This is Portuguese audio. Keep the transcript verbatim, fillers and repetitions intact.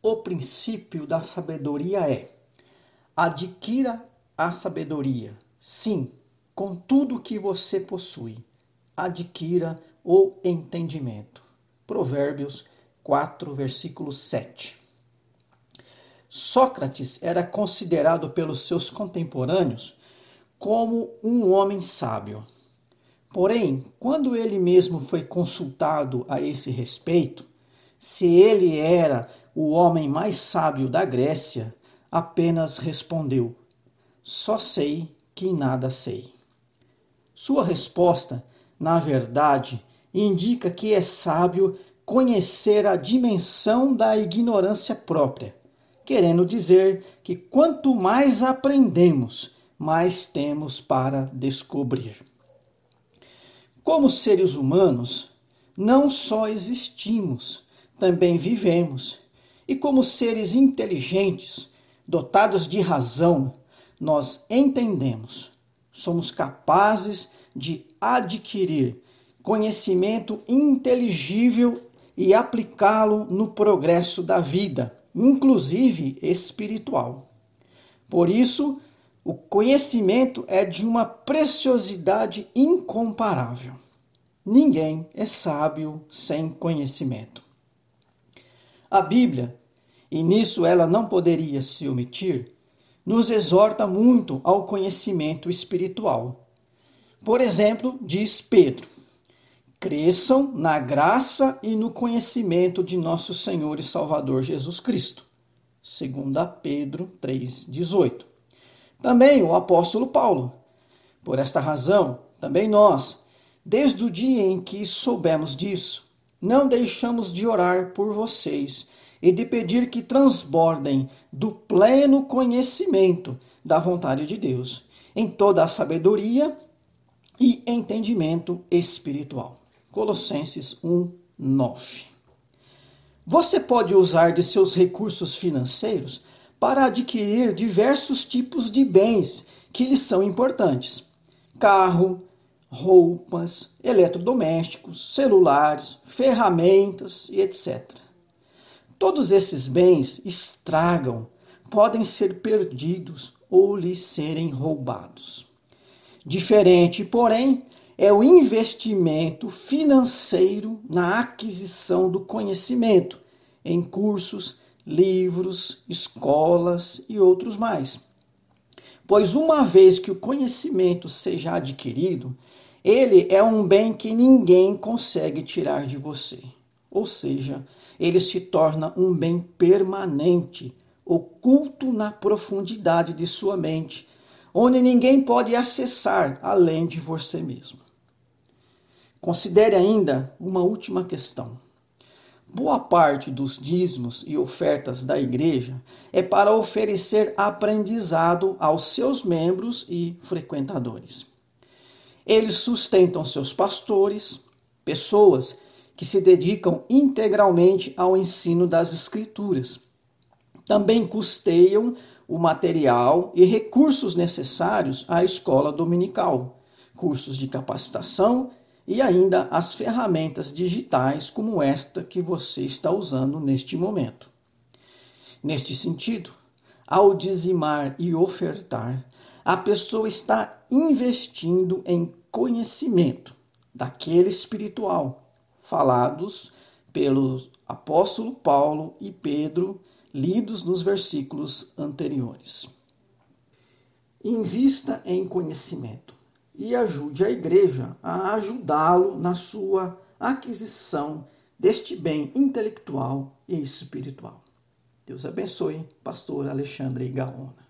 o princípio da sabedoria é: adquira a sabedoria. Sim, com tudo que você possui, adquira o entendimento. Provérbios quatro, versículo sete. Sócrates era considerado pelos seus contemporâneos como um homem sábio. Porém, quando ele mesmo foi consultado a esse respeito, se ele era o homem mais sábio da Grécia, apenas respondeu: só sei que nada sei. Sua resposta, na verdade, indica que é sábio conhecer a dimensão da ignorância própria, querendo dizer que quanto mais aprendemos, mais temos para descobrir. Como seres humanos, não só existimos, também vivemos. E como seres inteligentes, dotados de razão, nós entendemos. Somos capazes de adquirir conhecimento inteligível e aplicá-lo no progresso da vida, inclusive espiritual. Por isso, o conhecimento é de uma preciosidade incomparável. Ninguém é sábio sem conhecimento. A Bíblia, e nisso ela não poderia se omitir, nos exorta muito ao conhecimento espiritual. Por exemplo, diz Pedro: cresçam na graça e no conhecimento de nosso Senhor e Salvador Jesus Cristo. Segunda Pedro três, dezoito. Também o apóstolo Paulo: por esta razão, também nós, desde o dia em que soubemos disso, não deixamos de orar por vocês e de pedir que transbordem do pleno conhecimento da vontade de Deus, em toda a sabedoria e entendimento espiritual. Colossenses um, nove. Você pode usar de seus recursos financeiros para adquirir diversos tipos de bens que lhe são importantes: carro, roupas, eletrodomésticos, celulares, ferramentas e etcétera. Todos esses bens estragam, podem ser perdidos ou lhes serem roubados. Diferente, porém, é o investimento financeiro na aquisição do conhecimento, em cursos, livros, escolas e outros mais. Pois uma vez que o conhecimento seja adquirido, ele é um bem que ninguém consegue tirar de você. Ou seja, ele se torna um bem permanente, oculto na profundidade de sua mente, onde ninguém pode acessar além de você mesmo. Considere ainda uma última questão. Boa parte dos dízimos e ofertas da igreja é para oferecer aprendizado aos seus membros e frequentadores. Eles sustentam seus pastores, pessoas que se dedicam integralmente ao ensino das Escrituras. Também custeiam o material e recursos necessários à escola dominical, cursos de capacitação e ainda as ferramentas digitais como esta que você está usando neste momento. Neste sentido, ao dizimar e ofertar, a pessoa está investindo em conhecimento daquele espiritual, falados pelo apóstolo Paulo e Pedro, lidos nos versículos anteriores. Invista em conhecimento e ajude a igreja a ajudá-lo na sua aquisição deste bem intelectual e espiritual. Deus abençoe, pastor Alexandre Gaona.